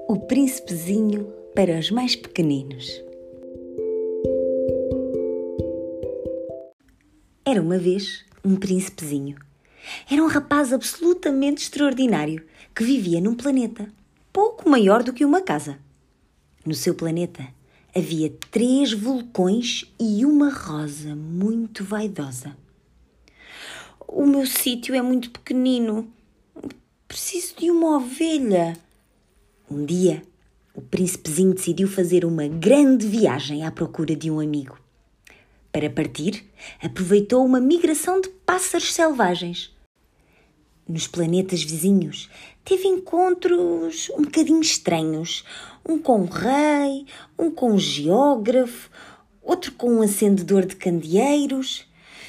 O príncipezinho para os mais pequeninos. Era uma vez um príncipezinho. Era um rapaz absolutamente extraordinário que vivia num planeta pouco maior do que uma casa. No seu planeta havia 3 vulcões e uma rosa muito vaidosa. O meu sítio é muito pequenino. Preciso de uma ovelha. Um dia, o príncipezinho decidiu fazer uma grande viagem à procura de um amigo. Para partir, aproveitou uma migração de pássaros selvagens. Nos planetas vizinhos, teve encontros um bocadinho estranhos. Um com um rei, um com um geógrafo, outro com um acendedor de candeeiros.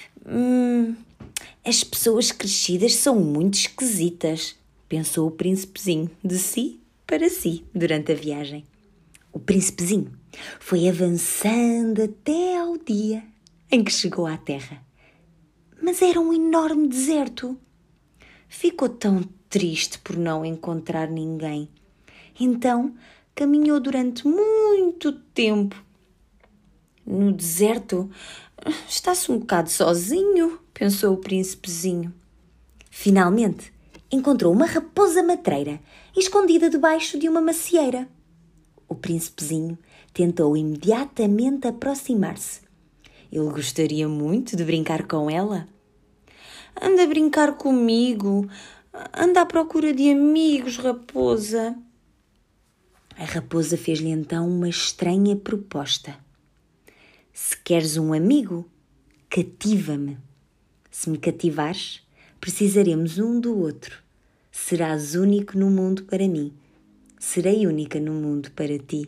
As pessoas crescidas são muito esquisitas, pensou o príncipezinho de si para si durante a viagem. O príncipezinho foi avançando até ao dia em que chegou à terra. Mas era um enorme deserto. Ficou tão triste por não encontrar ninguém. Então caminhou durante muito tempo. No deserto está-se um bocado sozinho, pensou o príncipezinho. Finalmente encontrou uma raposa matreira escondida debaixo de uma macieira. O príncipezinho tentou imediatamente aproximar-se. Ele gostaria muito de brincar com ela. Anda a brincar comigo. Anda à procura de amigos, raposa. A raposa fez-lhe então uma estranha proposta. Se queres um amigo, cativa-me. Se me cativares, precisaremos um do outro. Serás único no mundo para mim. Serei única no mundo para ti.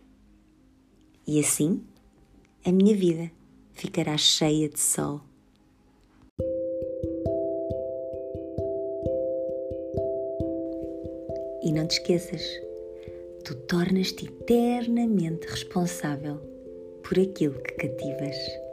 E assim, a minha vida ficará cheia de sol. E não te esqueças, tu tornas-te eternamente responsável por aquilo que cativas.